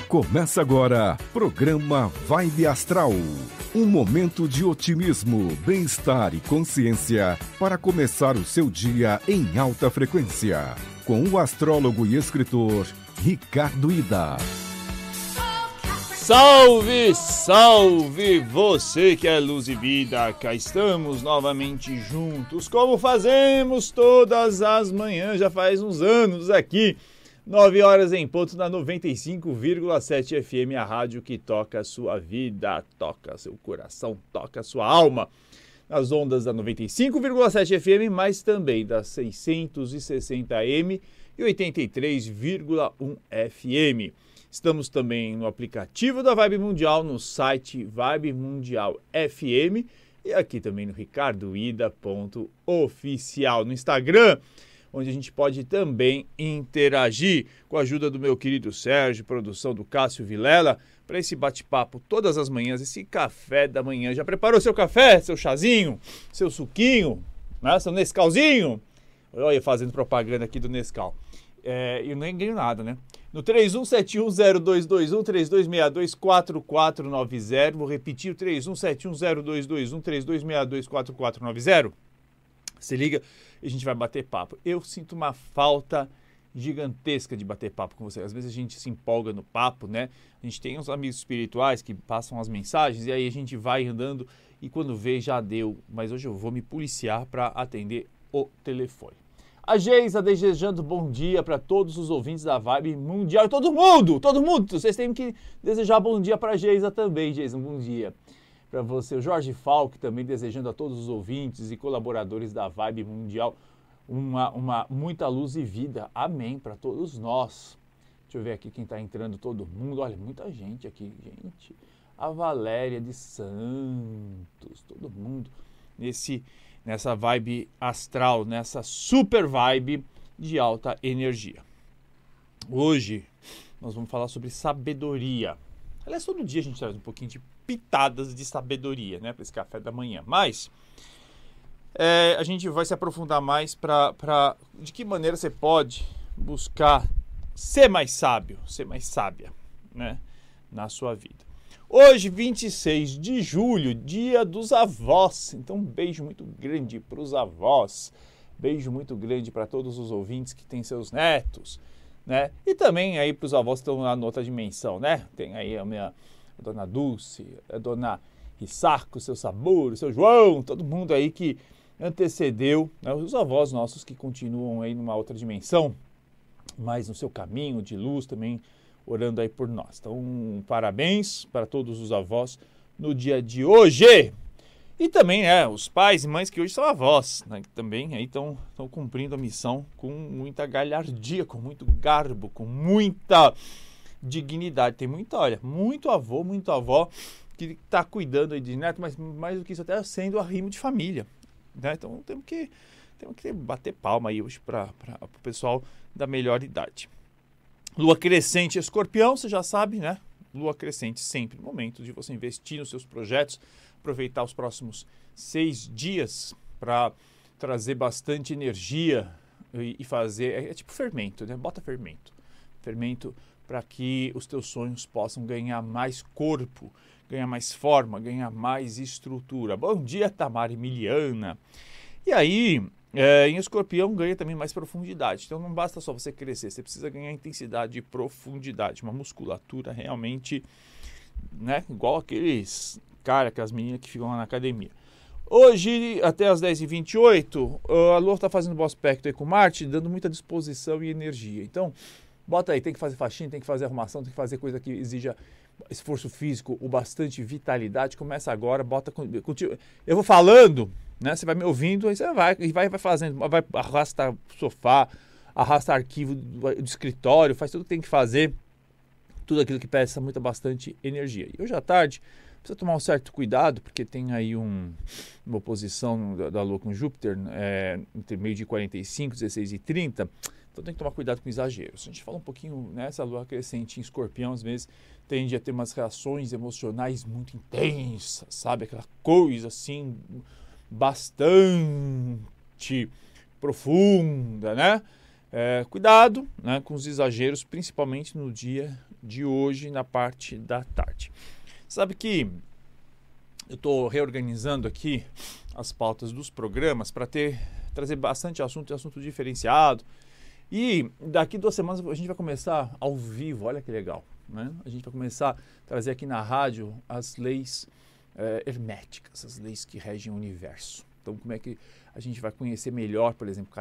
Começa agora, programa Vibe Astral. Um momento de otimismo, bem-estar e consciência para começar o seu dia em alta frequência. Com o astrólogo e escritor Ricardo Ida. Salve, salve você que é luz e vida, cá estamos novamente juntos, como fazemos todas as manhãs, já faz uns anos aqui, 9 horas em ponto na 95,7 FM, a rádio que toca a sua vida, toca seu coração, toca a sua alma, nas ondas da 95,7 FM, mas também da 660 AM e 83,1 FM. Estamos também no aplicativo da Vibe Mundial, no site Vibe Mundial FM e aqui também no ricardoida.oficial no Instagram, onde a gente pode também interagir com a ajuda do meu querido Sérgio, produção do Cássio Vilela, para esse bate-papo todas as manhãs, esse café da manhã. Já preparou seu café, seu chazinho, seu suquinho, né? Seu Nescauzinho? Olha, fazendo propaganda aqui do Nescau. Eu nem ganho nada, né? No 31710221, 32624490, vou repetir o 31710221, 32624490. Se liga e a gente vai bater papo. Eu sinto uma falta gigantesca de bater papo com você. Às vezes a gente se empolga no papo, né? A gente tem uns amigos espirituais que passam as mensagens e aí a gente vai andando e quando vê já deu. Mas hoje eu vou me policiar para atender o telefone. A Geisa desejando bom dia para todos os ouvintes da Vibe Mundial. Todo mundo! Vocês têm que desejar bom dia para a Geisa também, Geisa. Um bom dia para você. O Jorge Falck também desejando a todos os ouvintes e colaboradores da Vibe Mundial muita luz e vida. Amém para todos nós. Deixa eu ver aqui quem está entrando, todo mundo. Olha, muita gente aqui, gente. A Valéria de Santos, todo mundo nessa vibe astral, nessa super vibe de alta energia. Hoje nós vamos falar sobre sabedoria. Aliás, todo dia a gente traz um pouquinho de pitadas de sabedoria, né, para esse café da manhã. Mas a gente vai se aprofundar mais para de que maneira você pode buscar ser mais sábio, ser mais sábia, né, na sua vida. Hoje, 26 de julho, dia dos avós. Então, um beijo muito grande para os avós. Beijo muito grande para todos os ouvintes que têm seus netos, né? E também aí para os avós que estão lá na outra dimensão, né? Tem aí a dona Dulce, a dona Rissarco, seu Sabor, o seu João, todo mundo aí que antecedeu, né? Os avós nossos que continuam aí numa outra dimensão, mas no seu caminho de luz também, orando aí por nós. Então, parabéns para todos os avós no dia de hoje. E também, os pais e mães que hoje são avós, né, que também aí estão cumprindo a missão com muita galhardia, com muito garbo, com muita dignidade. Tem muito avô, muito avó que está cuidando aí de neto, mas mais do que isso, até sendo arrimo de família, né? Então, temos que bater palma aí hoje para o pessoal da melhor idade. Lua crescente Escorpião, você já sabe, né? Lua crescente sempre, momento de você investir nos seus projetos, aproveitar os próximos 6 dias para trazer bastante energia e fazer, é tipo fermento, né? Bota fermento para que os teus sonhos possam ganhar mais corpo, ganhar mais forma, ganhar mais estrutura. Bom dia, Tamara Emiliana. E aí, em Escorpião ganha também mais profundidade. Então não basta só você crescer, você precisa ganhar intensidade e profundidade, uma musculatura realmente, né, igual aquelas meninas que ficam lá na academia. Hoje, até as 10h28, a Lua está fazendo bom aspecto aí com Marte, dando muita disposição e energia. Então, bota aí, tem que fazer faxina, tem que fazer arrumação, tem que fazer coisa que exija esforço físico ou bastante vitalidade. Começa agora, eu vou falando, né? Você vai me ouvindo, aí você vai fazendo, vai arrastar sofá, arrasta arquivo do escritório, faz tudo que tem que fazer, tudo aquilo que peça bastante energia. E hoje à tarde precisa tomar um certo cuidado, porque tem aí uma oposição da Lua com Júpiter, entre meio de 45, 16 e 30, então tem que tomar cuidado com exageros. A gente fala um pouquinho, né, essa Lua crescente em Escorpião, às vezes tende a ter umas reações emocionais muito intensas, sabe? Aquela coisa assim, bastante profunda, né? Cuidado, né, com os exageros, principalmente no dia de hoje, na parte da tarde. Sabe que eu estou reorganizando aqui as pautas dos programas para trazer bastante assunto diferenciado. E daqui 2 semanas a gente vai começar ao vivo, olha que legal, né? A gente vai começar a trazer aqui na rádio as leis herméticas, as leis que regem o universo. Então, como é que a gente vai conhecer melhor, por exemplo,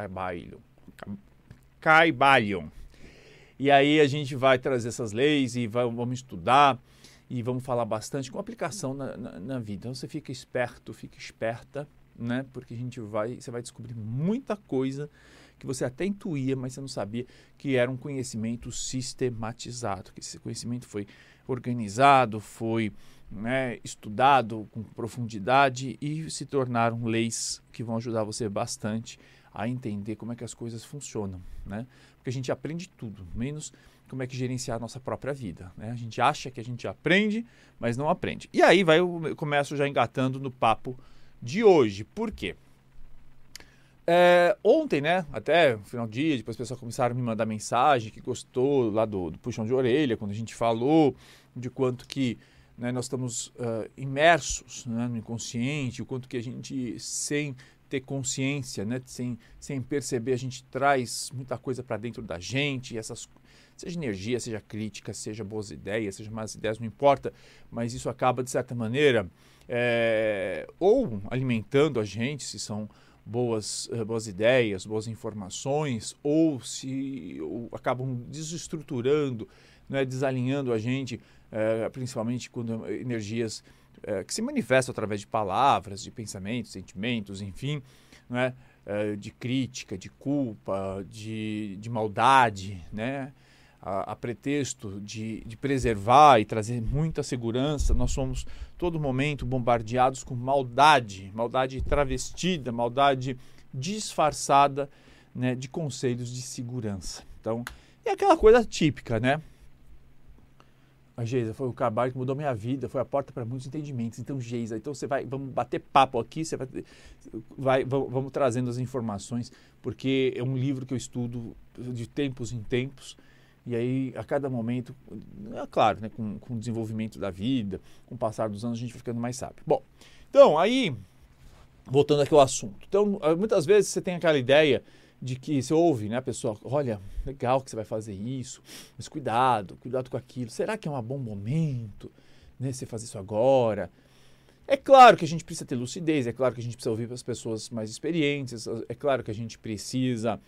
Kybalion. E aí a gente vai trazer essas leis e vamos estudar e vamos falar bastante com aplicação na vida. Então, você fica esperto, fica esperta, né? Porque você vai descobrir muita coisa que você até intuía, mas você não sabia que era um conhecimento sistematizado, que esse conhecimento foi organizado, foi, né, estudado com profundidade e se tornaram leis que vão ajudar você bastante a entender como é que as coisas funcionam, né? Porque a gente aprende tudo, menos como é que gerenciar a nossa própria vida, né? A gente acha que a gente aprende, mas não aprende. E aí eu começo já engatando no papo de hoje. Por quê? Ontem, né, até no final do dia, depois as pessoas começaram a me mandar mensagem que gostou lá do puxão de orelha, quando a gente falou de quanto que, né, nós estamos imersos, né, no inconsciente, o quanto que a gente, sem ter consciência, né, sem perceber, a gente traz muita coisa para dentro da gente, seja energia, seja crítica, seja boas ideias, seja más ideias, não importa, mas isso acaba, de certa maneira, ou alimentando a gente, se são boas ideias, boas informações, ou acabam desestruturando, né, desalinhando a gente, principalmente quando energias que se manifestam através de palavras, de pensamentos, sentimentos, enfim, né, de crítica, de culpa, de maldade, né, a pretexto de preservar e trazer muita segurança. Nós somos todo momento bombardeados com maldade travestida, maldade disfarçada, né, de conselhos de segurança. Então, é aquela coisa típica, né? A Geisa, foi o trabalho que mudou minha vida, foi a porta para muitos entendimentos. Então, Geisa, vamos bater papo aqui, vamos trazendo as informações, porque é um livro que eu estudo de tempos em tempos. E aí, a cada momento, é claro, né, com o desenvolvimento da vida, com o passar dos anos, a gente vai ficando mais sábio. Bom, então, aí, voltando aqui ao assunto. Então, muitas vezes você tem aquela ideia de que você ouve, né, a pessoa, olha, legal que você vai fazer isso, mas cuidado com aquilo. Será que é um bom momento, né, você fazer isso agora? É claro que a gente precisa ter lucidez, é claro que a gente precisa ouvir as pessoas mais experientes, é claro que a gente precisa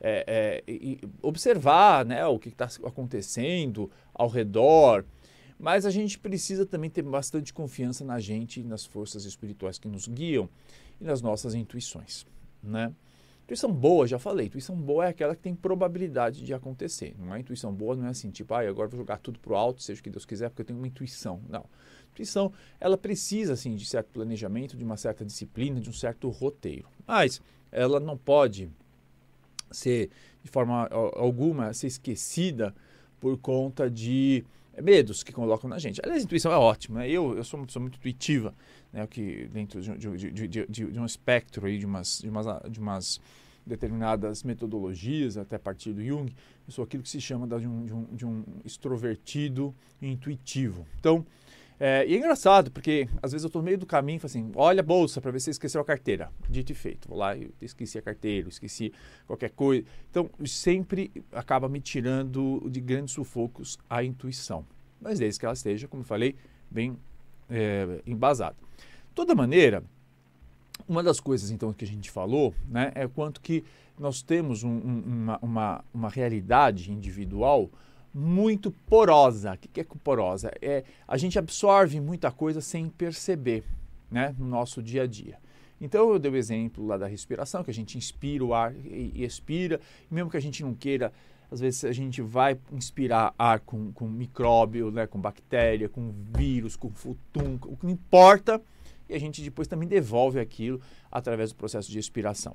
observar, né, o que está acontecendo ao redor, mas a gente precisa também ter bastante confiança na gente, nas forças espirituais que nos guiam e nas nossas intuições, né? Intuição boa, já falei, intuição boa é aquela que tem probabilidade de acontecer. Não é intuição boa, não é assim, tipo, agora vou jogar tudo pro alto, seja o que Deus quiser, porque eu tenho uma intuição. Não. Intuição, ela precisa, assim, de certo planejamento, de uma certa disciplina, de um certo roteiro. Mas ela não pode ser, de forma alguma, ser esquecida por conta de medos que colocam na gente. Aliás, a intuição é ótima, né? Eu sou uma pessoa muito intuitiva, né? Que dentro de um espectro aí, de umas determinadas metodologias, até a partir do Jung, eu sou aquilo que se chama de um extrovertido intuitivo. Então, e é engraçado, porque às vezes eu estou no meio do caminho e falo assim, olha a bolsa para ver se você esqueceu a carteira. Dito e feito, vou lá, eu esqueci a carteira, esqueci qualquer coisa. Então, sempre acaba me tirando de grandes sufocos a intuição. Mas desde que ela esteja, como eu falei, bem embasada. De toda maneira, uma das coisas então que a gente falou, né, é o quanto que nós temos uma realidade individual muito porosa. O que é porosa? A gente absorve muita coisa sem perceber, né, no nosso dia a dia. Então eu dei o exemplo lá da respiração, que a gente inspira o ar e expira, e mesmo que a gente não queira, às vezes a gente vai inspirar ar com micróbio, né, com bactéria, com vírus, com futum, o que não importa, e a gente depois também devolve aquilo através do processo de expiração.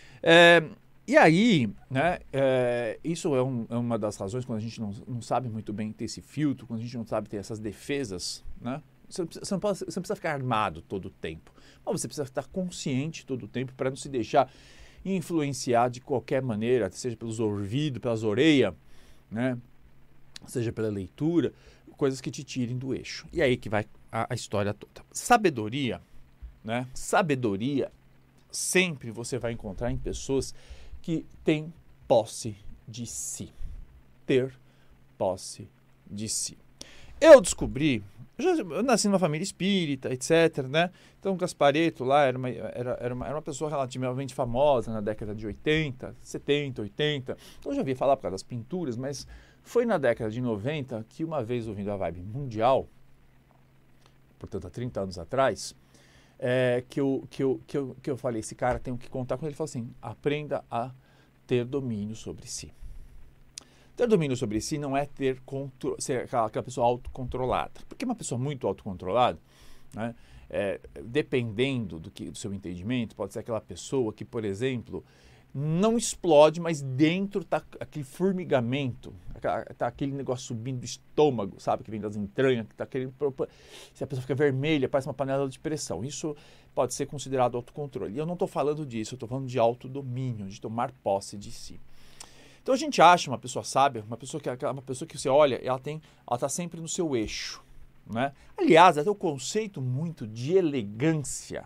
E aí, né, isso é uma das razões quando a gente não sabe muito bem ter esse filtro, quando a gente não sabe ter essas defesas, né? Você não precisa ficar armado todo o tempo, mas você precisa estar consciente todo o tempo para não se deixar influenciar de qualquer maneira, seja pelos ouvidos, pelas orelhas, né? Seja pela leitura, coisas que te tirem do eixo. E aí que vai a história toda. Sabedoria, né? Sabedoria sempre você vai encontrar em pessoas que têm posse de si. Ter posse de si. Eu descobri, eu nasci numa família espírita, etc, né? Então o Gasparetto lá era uma pessoa relativamente famosa na década de 80, 70, 80. Então eu já ouvi falar por causa das pinturas, mas foi na década de 90 que uma vez ouvindo a Vibe Mundial, portanto há 30 anos atrás, que eu falei, esse cara tem que contar com ele. Ele falou assim, aprenda a ter domínio sobre si. Ter domínio sobre si não é ser aquela pessoa autocontrolada. Porque uma pessoa muito autocontrolada, né, dependendo do seu entendimento, pode ser aquela pessoa que, por exemplo, não explode, mas dentro está aquele formigamento, está aquele negócio subindo do estômago, sabe, que vem das entranhas, que tá aquele, se a pessoa fica vermelha, parece uma panela de pressão. Isso pode ser considerado autocontrole. E eu não estou falando disso, eu estou falando de autodomínio, de tomar posse de si. Então a gente acha uma pessoa sábia, uma pessoa que você olha, ela está sempre no seu eixo, né? Aliás, até o conceito muito de elegância,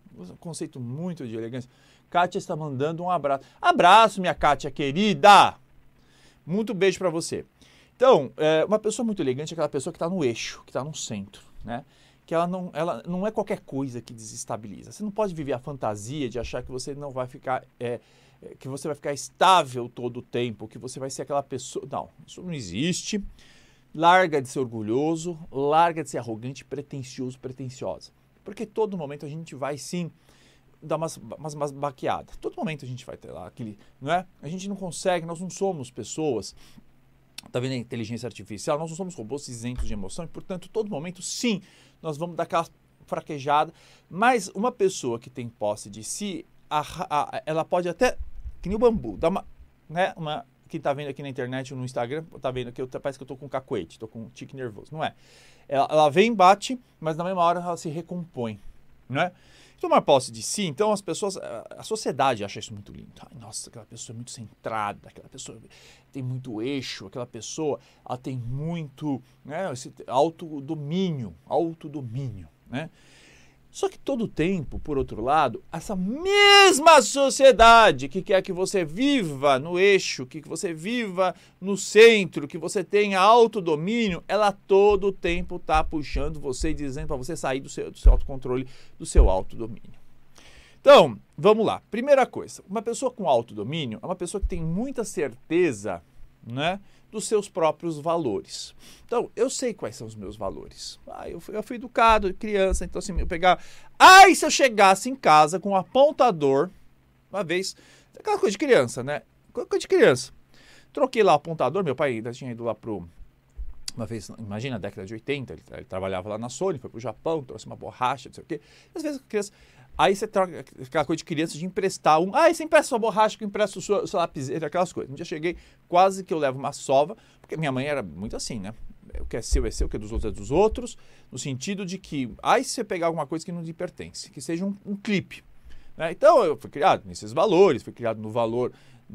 Kátia está mandando um abraço. Abraço, minha Kátia querida! Muito beijo para você. Então, uma pessoa muito elegante é aquela pessoa que está no eixo, que está no centro, né? Que ela não é qualquer coisa que desestabiliza. Você não pode viver a fantasia de achar que você não vai ficar... que você vai ficar estável todo o tempo, que você vai ser aquela pessoa... Não, isso não existe. Larga de ser orgulhoso, larga de ser arrogante, pretensioso, pretensiosa. Porque todo momento a gente vai, sim, dar umas baqueadas. Todo momento a gente vai ter lá aquele... Não é? A gente não consegue, nós não somos pessoas... Tá vendo a inteligência artificial? Nós não somos robôs isentos de emoção e, portanto, todo momento, sim, nós vamos dar aquela fraquejada. Mas uma pessoa que tem posse de si, ela pode até... Que nem o bambu, dá quem tá vendo aqui na internet ou no Instagram, tá vendo que parece que eu tô com cacoete, tô com um tique nervoso. Não é. Ela vem, bate, mas na mesma hora ela se recompõe, né? Tomar posse de si, então as pessoas, a sociedade acha isso muito lindo. Ai, nossa, aquela pessoa é muito centrada, aquela pessoa tem muito eixo, aquela pessoa ela tem muito, né, esse autodomínio, né? Só que todo tempo, por outro lado, essa mesma sociedade que quer que você viva no eixo, que você viva no centro, que você tenha autodomínio, ela todo tempo está puxando você e dizendo para você sair do seu autocontrole, do seu autodomínio. Então, vamos lá. Primeira coisa, uma pessoa com autodomínio é uma pessoa que tem muita certeza, né, dos seus próprios valores. Então, eu sei quais são os meus valores. Eu fui educado, criança, então assim, eu pegava... se eu chegasse em casa com um apontador, uma vez, aquela coisa de criança, né? Coisa de criança. Troquei lá o apontador, meu pai ainda tinha ido lá uma vez, imagina, na década de 80, ele trabalhava lá na Sony, foi pro Japão, trouxe uma borracha, não sei o quê. Às vezes a criança... Aí você troca aquela coisa de criança de emprestar você empresta sua borracha, que eu empresto o seu lapiseira, aquelas coisas. Um dia cheguei, quase que eu levo uma sova, porque minha mãe era muito assim, né? O que é seu, o que é dos outros é dos outros, no sentido de que, se você pegar alguma coisa que não lhe pertence, que seja um clipe, né? Então, eu fui criado nesses valores, fui criado no valor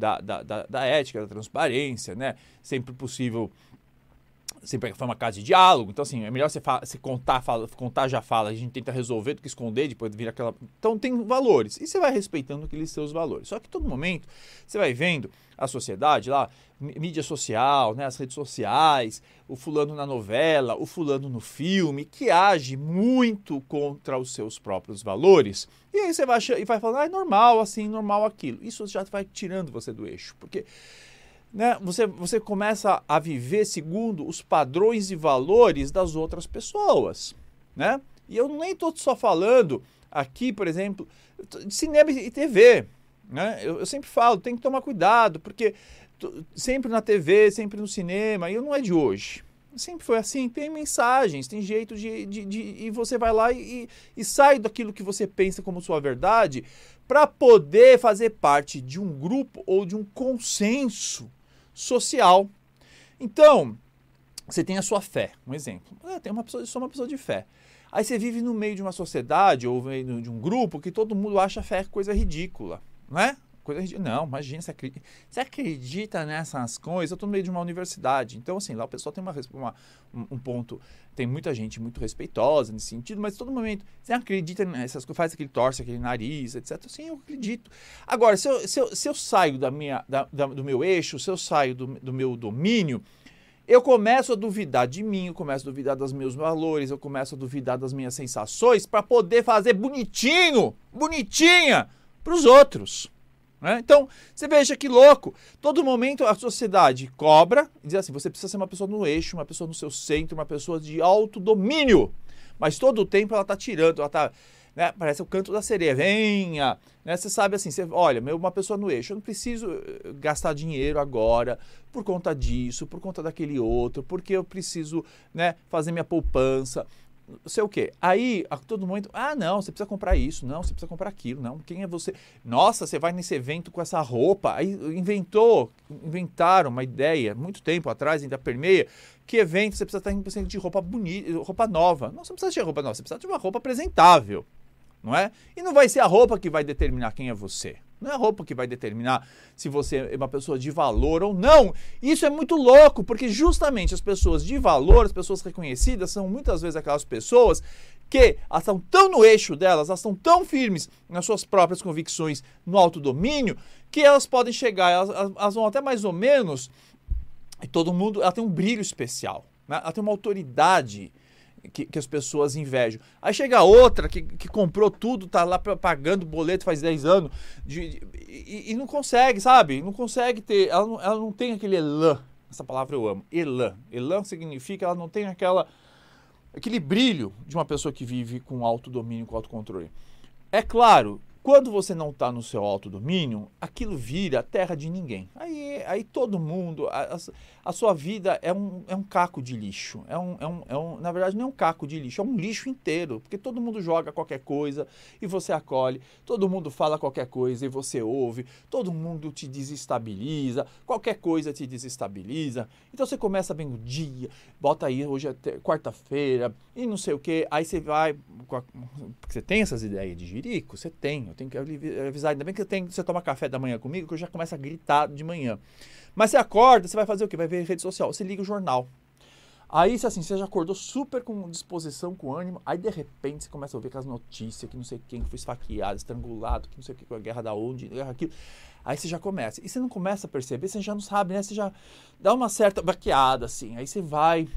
da ética, da transparência, né? Sempre possível... Sempre foi uma casa de diálogo, então assim, é melhor você contar já fala, a gente tenta resolver do que esconder, depois vir aquela... Então tem valores, e você vai respeitando aqueles seus valores. Só que todo momento você vai vendo a sociedade lá, mídia social, né, as redes sociais, o fulano na novela, o fulano no filme, que age muito contra os seus próprios valores, e aí você vai falando, é normal assim, normal aquilo. Isso já vai tirando você do eixo, porque... Né, você começa a viver segundo os padrões e valores das outras pessoas, né? E eu nem estou só falando aqui, por exemplo, de cinema e TV, né? Eu sempre falo, tem que tomar cuidado, porque sempre na TV, sempre no cinema, e não é de hoje. Sempre foi assim, tem mensagens, tem jeito e você vai lá e sai daquilo que você pensa como sua verdade para poder fazer parte de um grupo ou de um consenso social. Então, você tem a sua fé, um exemplo. Eu sou uma pessoa de fé. Aí você vive no meio de uma sociedade ou de um grupo que todo mundo acha a fé coisa ridícula, né? coisa. Não, imagina, você acredita nessas coisas? Eu estou no meio de uma universidade. Então, assim, lá o pessoal tem um ponto, tem muita gente muito respeitosa nesse sentido, mas todo momento, você acredita nessas coisas, faz aquele torce, aquele nariz, etc. Sim, eu acredito. Agora, se eu saio do meu eixo, se eu saio do meu domínio, eu começo a duvidar de mim, eu começo a duvidar dos meus valores, eu começo a duvidar das minhas sensações para poder fazer bonitinha para os outros. Né? Então, você veja que louco. Todo momento a sociedade cobra e diz assim, você precisa ser uma pessoa no eixo, uma pessoa no seu centro, uma pessoa de autodomínio. Mas todo o tempo ela está tirando, ela está... Né? Parece o canto da sereia, venha, né? Você sabe assim, olha, uma pessoa no eixo, eu não preciso gastar dinheiro agora por conta disso, por conta daquele outro, porque eu preciso, né, fazer minha poupança, não sei o quê. Aí, a todo momento, não, você precisa comprar isso, não, você precisa comprar aquilo, não, quem é você? Nossa, você vai nesse evento com essa roupa, aí inventaram uma ideia, muito tempo atrás, ainda permeia, que evento você precisa estar de roupa bonita, roupa nova. Não, você não precisa de roupa nova, você precisa de uma roupa apresentável. Não é? E não vai ser a roupa que vai determinar quem é você. Não é a roupa que vai determinar se você é uma pessoa de valor ou não. Isso é muito louco, porque justamente as pessoas de valor, as pessoas reconhecidas, são muitas vezes aquelas pessoas que elas estão tão no eixo delas, elas estão tão firmes nas suas próprias convicções, no autodomínio, que elas podem chegar, elas vão até mais ou menos, e todo mundo, ela tem um brilho especial, né? Ela tem uma autoridade que as pessoas invejam. Aí chega outra que comprou tudo, tá lá pagando boleto faz 10 anos e não consegue, sabe? Não consegue ter, ela não tem aquele elan, essa palavra eu amo, elan. Elan significa ela não tem aquele brilho de uma pessoa que vive com autodomínio, com autocontrole. É claro, quando você não está no seu autodomínio, aquilo vira terra de ninguém. Aí todo mundo, a sua vida é um caco de lixo. Na verdade, não é um caco de lixo, é um lixo inteiro. Porque todo mundo joga qualquer coisa e você acolhe. Todo mundo fala qualquer coisa e você ouve. Todo mundo te desestabiliza. Qualquer coisa te desestabiliza. Então você começa bem o dia, bota aí, hoje é quarta-feira e não sei o que. Aí você vai... Você tem essas ideias de jirico? Você tem. Eu tenho que avisar, ainda bem que você toma café da manhã comigo, que eu já começo a gritar de manhã. Mas você acorda, você vai fazer o quê? Vai ver rede social, você liga o jornal. Aí, assim, você já acordou super com disposição, com ânimo, aí de repente você começa a ouvir aquelas notícias que não sei quem foi esfaqueado, estrangulado, que não sei o que, a guerra da onde, guerra aquilo. Aí você já começa. E você não começa a perceber, você já não sabe, né? Você já dá uma certa baqueada, assim. Aí você vai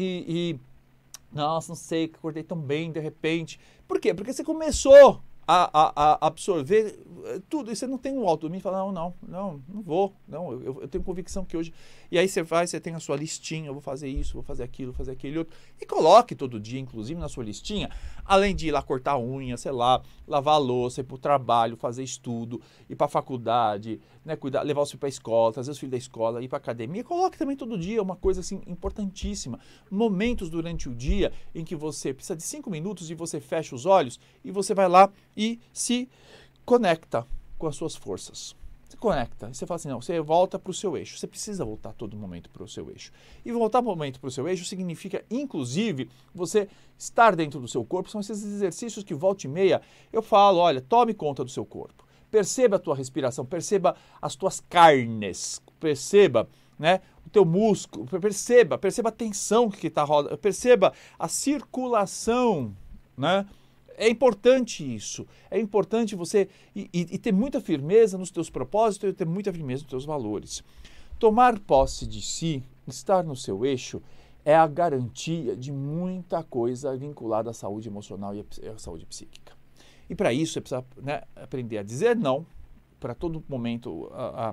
nossa, não sei, acordei tão bem de repente. Por quê? Porque você começou a absorver tudo, e você não tem um autodomínio e fala, não vou, eu tenho convicção que hoje, e aí você tem a sua listinha, eu vou fazer isso, vou fazer aquilo, vou fazer aquele outro, e coloque todo dia, inclusive na sua listinha, além de ir lá cortar a unha, sei lá, lavar a louça, ir para o trabalho, fazer estudo, ir para a faculdade, né, cuidar, levar o filho para a escola, trazer os filhos da escola, ir para a academia, coloque também todo dia, uma coisa assim importantíssima, momentos durante o dia em que você precisa de 5 minutos e você fecha os olhos e você vai lá e se conecta com as suas forças. Se conecta. E você fala assim, não, você volta para o seu eixo. Você precisa voltar todo momento para o seu eixo. E voltar todo momento para o seu eixo significa, inclusive, você estar dentro do seu corpo. São esses exercícios que volta e meia eu falo, olha, tome conta do seu corpo. Perceba a tua respiração, perceba as tuas carnes, perceba, né, o teu músculo, perceba a tensão que está rodando, perceba a circulação, né? É importante isso, é importante você e ter muita firmeza nos teus propósitos e ter muita firmeza nos teus valores. Tomar posse de si, estar no seu eixo, é a garantia de muita coisa vinculada à saúde emocional e à saúde psíquica. E para isso você precisa, né, aprender a dizer não para todo momento,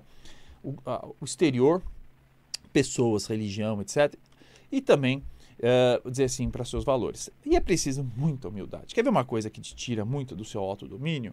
o exterior, pessoas, religião, etc. E também dizer sim para seus valores. E é preciso muita humildade. Quer ver uma coisa que te tira muito do seu autodomínio?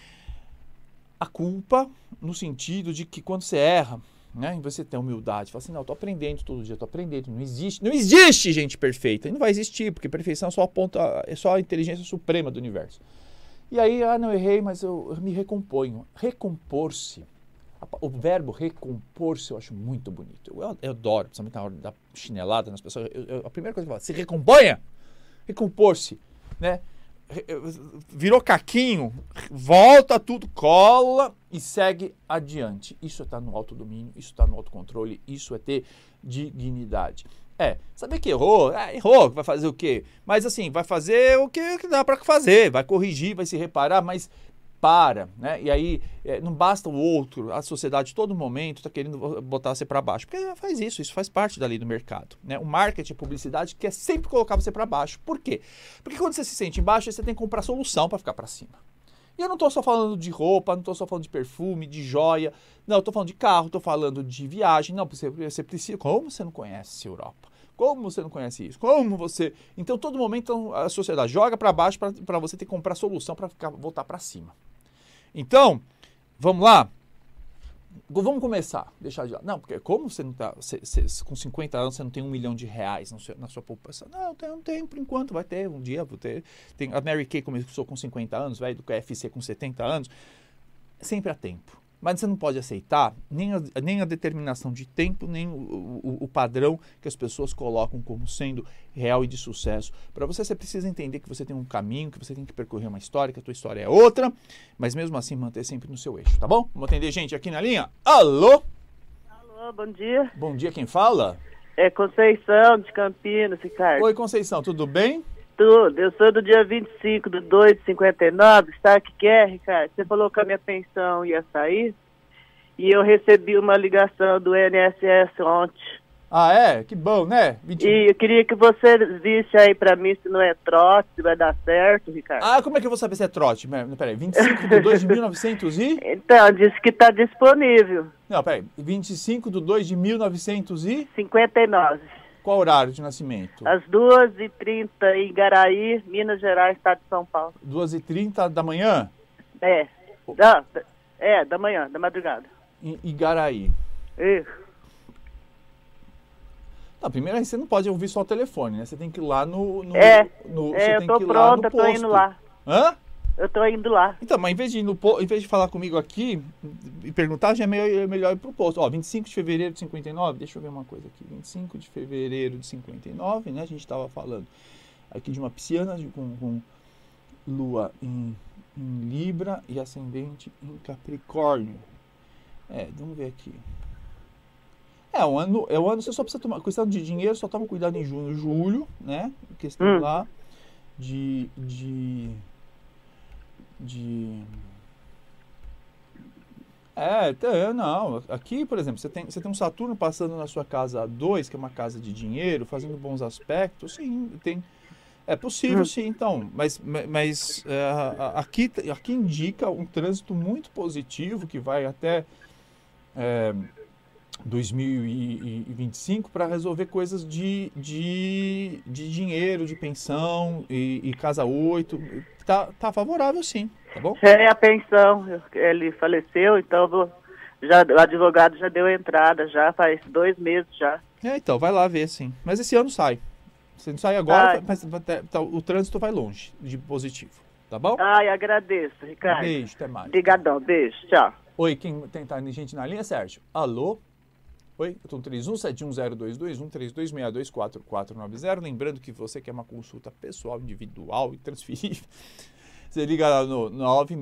A culpa, no sentido de que quando você erra, né, e você tem humildade, fala assim, não, eu tô aprendendo todo dia, tô aprendendo, não existe gente perfeita, e não vai existir, porque perfeição é só a inteligência suprema do universo. E aí, não, errei, mas eu me recomponho. Recompor-se. O verbo recompor-se eu acho muito bonito. Eu adoro, principalmente na hora da chinelada nas pessoas. A primeira coisa que eu falo, se recomponha. Recompor-se. Né? virou caquinho, volta tudo, cola e segue adiante. Isso é estar no autodomínio, isso está no autocontrole, isso é ter dignidade. Saber que errou, errou, vai fazer o quê? Mas assim, vai fazer o que dá para fazer, vai corrigir, vai se reparar, mas para, né? E aí não basta o outro, a sociedade todo momento está querendo botar você para baixo, porque faz isso faz parte da lei do mercado, né? O marketing, a publicidade quer sempre colocar você para baixo. Por quê? Porque quando você se sente embaixo, você tem que comprar solução para ficar para cima. E eu não estou só falando de roupa, não estou só falando de perfume, de joia, não, eu estou falando de carro, estou falando de viagem, não, você precisa, como você não conhece a Europa? Como você não conhece isso? Como você... Então, todo momento, a sociedade joga para baixo para você ter que comprar solução para voltar para cima. Então, vamos lá? Vamos começar. Deixar de lado. Não, porque como você não está... com 50 anos, você não tem R$1 milhão na sua poupança? Não tem por enquanto. Vai ter, um dia vou ter. A Mary Kay começou com 50 anos, vai do KFC com 70 anos. Sempre há tempo. Mas você não pode aceitar nem a determinação de tempo, nem o padrão que as pessoas colocam como sendo real e de sucesso. Para você precisa entender que você tem um caminho, que você tem que percorrer uma história, que a tua história é outra, mas mesmo assim manter sempre no seu eixo, tá bom? Vamos atender gente aqui na linha? Alô? Alô, bom dia. Bom dia, quem fala? É Conceição, de Campinas, Ricardo. Oi, Conceição, tudo bem? Tudo. Eu sou do dia 25/2/59. Sabe o que é, Ricardo? Você falou que a minha pensão ia sair e eu recebi uma ligação do INSS ontem. Ah, é? Que bom, né? E eu queria que você visse aí pra mim se não é trote, se vai dar certo, Ricardo. Ah, como é que eu vou saber se é trote? Peraí, 25/2/1900 e... Então, disse que tá disponível. Não, peraí, 25/2/1900 e... 59. Qual horário de nascimento? Às 2h30 em Garaí, Minas Gerais, estado de São Paulo. 2h30 da manhã? Da manhã, da madrugada. Em Igaraí. Isso. Não, primeiro aí você não pode ouvir só o telefone, né? Você tem que ir lá no eu tô pronta, tô indo lá. Hã? Eu tô indo lá. Então, mas em vez de falar comigo aqui e perguntar, já é melhor ir pro posto. Ó, 25 de fevereiro de 59, deixa eu ver uma coisa aqui. 25 de fevereiro de 59, né? A gente estava falando aqui de uma pisciana com lua em Libra e ascendente em Capricórnio. Vamos ver aqui. O ano você só precisa tomar, questão de dinheiro, só toma cuidado em junho e julho, né? Questão lá não. Aqui, por exemplo, você tem um Saturno passando na sua casa 2, que é uma casa de dinheiro, fazendo bons aspectos, sim, é possível, sim, então, mas aqui indica um trânsito muito positivo que vai até 2025 para resolver coisas de dinheiro, de pensão e casa 8. Tá favorável, sim, tá bom? A pensão, ele faleceu, então o advogado já deu entrada, já faz 2 meses já. Então, vai lá ver, sim. Mas esse ano sai. Se não sai agora, mas o trânsito vai longe de positivo, tá bom? Agradeço, Ricardo. Beijo, até mais. Obrigadão, beijo, tchau. Oi, quem tá gente na linha, Sérgio? Alô? Oi, eu tô no 31710221, 32624490. Lembrando que você quer uma consulta pessoal, individual e transferível. Você liga lá no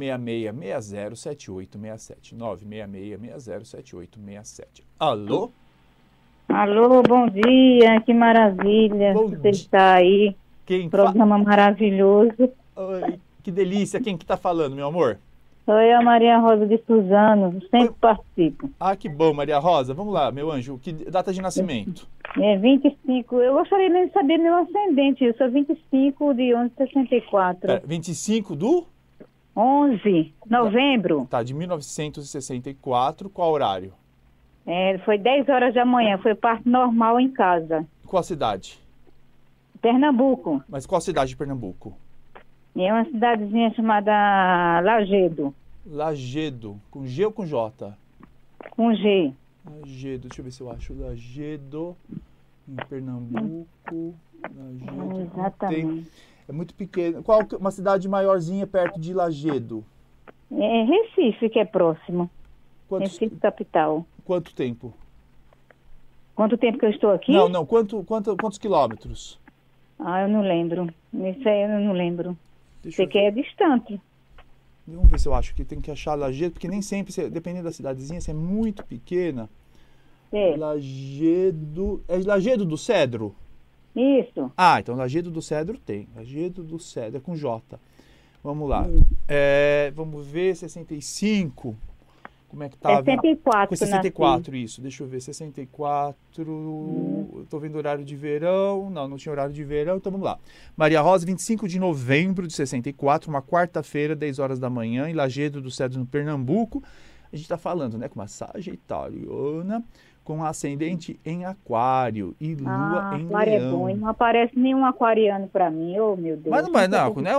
966-607867. 966-607867. Alô? Alô, bom dia, que maravilha você está aí. Programa maravilhoso. Oi, que delícia. Quem que tá falando, meu amor? Sou eu, Maria Rosa de Suzano, sempre participo. Que bom, Maria Rosa. Vamos lá, meu anjo. Que data de nascimento? 25. Eu gostaria de saber meu ascendente. Eu sou 25 de 11/64. 25 do? 11, novembro. Tá, de 1964. Qual horário? Foi 10 horas da manhã. Foi parto normal em casa. Qual cidade? Pernambuco. Mas qual cidade de Pernambuco? É uma cidadezinha chamada Lagedo. Lagedo. Com G ou com J? Com G. Lagedo. Deixa eu ver se eu acho. Lagedo, em Pernambuco. Lagedo. Exatamente. É muito pequeno. Qual uma cidade maiorzinha perto de Lagedo? Recife, que é próximo. Recife, capital. Quanto tempo? Quanto tempo que eu estou aqui? Não. Quantos quilômetros? Eu não lembro. Isso aí eu não lembro. Você quer distante. Vamos ver se eu acho que tem que achar Lajedo, porque nem sempre, dependendo da cidadezinha, se é muito pequena. Lajedo. É Lajedo do Cedro? Isso. Ah, então Lajedo do Cedro tem. Lajedo do Cedro, é com J. Vamos lá. Vamos ver, 65. Como é que tá? 64. Com 64, isso. Deixa eu ver, 64. Eu tô vendo horário de verão. Não tinha horário de verão, então vamos lá. Maria Rosa, 25 de novembro de 64, uma quarta-feira, 10 horas da manhã, em Lajedo do Cedro, no Pernambuco. A gente tá falando, né, com uma Sagitariana, com ascendente em Aquário e Lua em Aquário Leão. É bom, e não aparece nenhum aquariano pra mim, oh meu Deus. Mas não, né?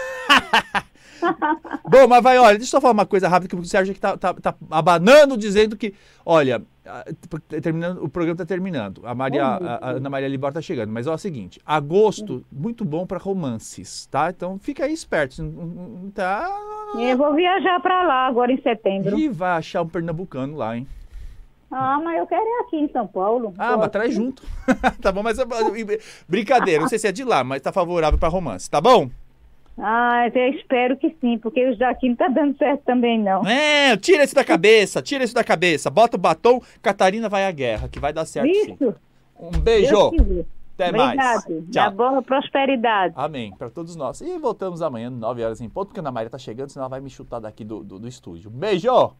Bom, mas vai, olha, deixa eu só falar uma coisa rápida, que o Sérgio aqui tá abanando, dizendo que, olha, o programa tá terminando, a Ana Maria Libório tá chegando, mas é o seguinte, agosto, muito bom para romances, tá? Então fica aí esperto, tá? Eu vou viajar pra lá agora em setembro. E vai achar um pernambucano lá, hein? Mas eu quero ir aqui em São Paulo. Mas traz junto. Tá bom, mas brincadeira, não sei se é de lá, mas tá favorável para romance, tá bom? Eu espero que sim, porque os daqui não tá dando certo também, não. Tira isso da cabeça, bota o batom, Catarina vai à guerra, que vai dar certo sim. Um beijo, até mais. Tchau. Boa prosperidade. Amém, para todos nós. E voltamos amanhã, 9 horas em ponto, porque a Ana Maria tá chegando, senão ela vai me chutar daqui do estúdio. Um beijo!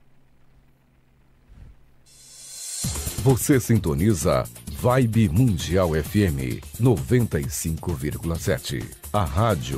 Você sintoniza Vibe Mundial FM 95,7. A rádio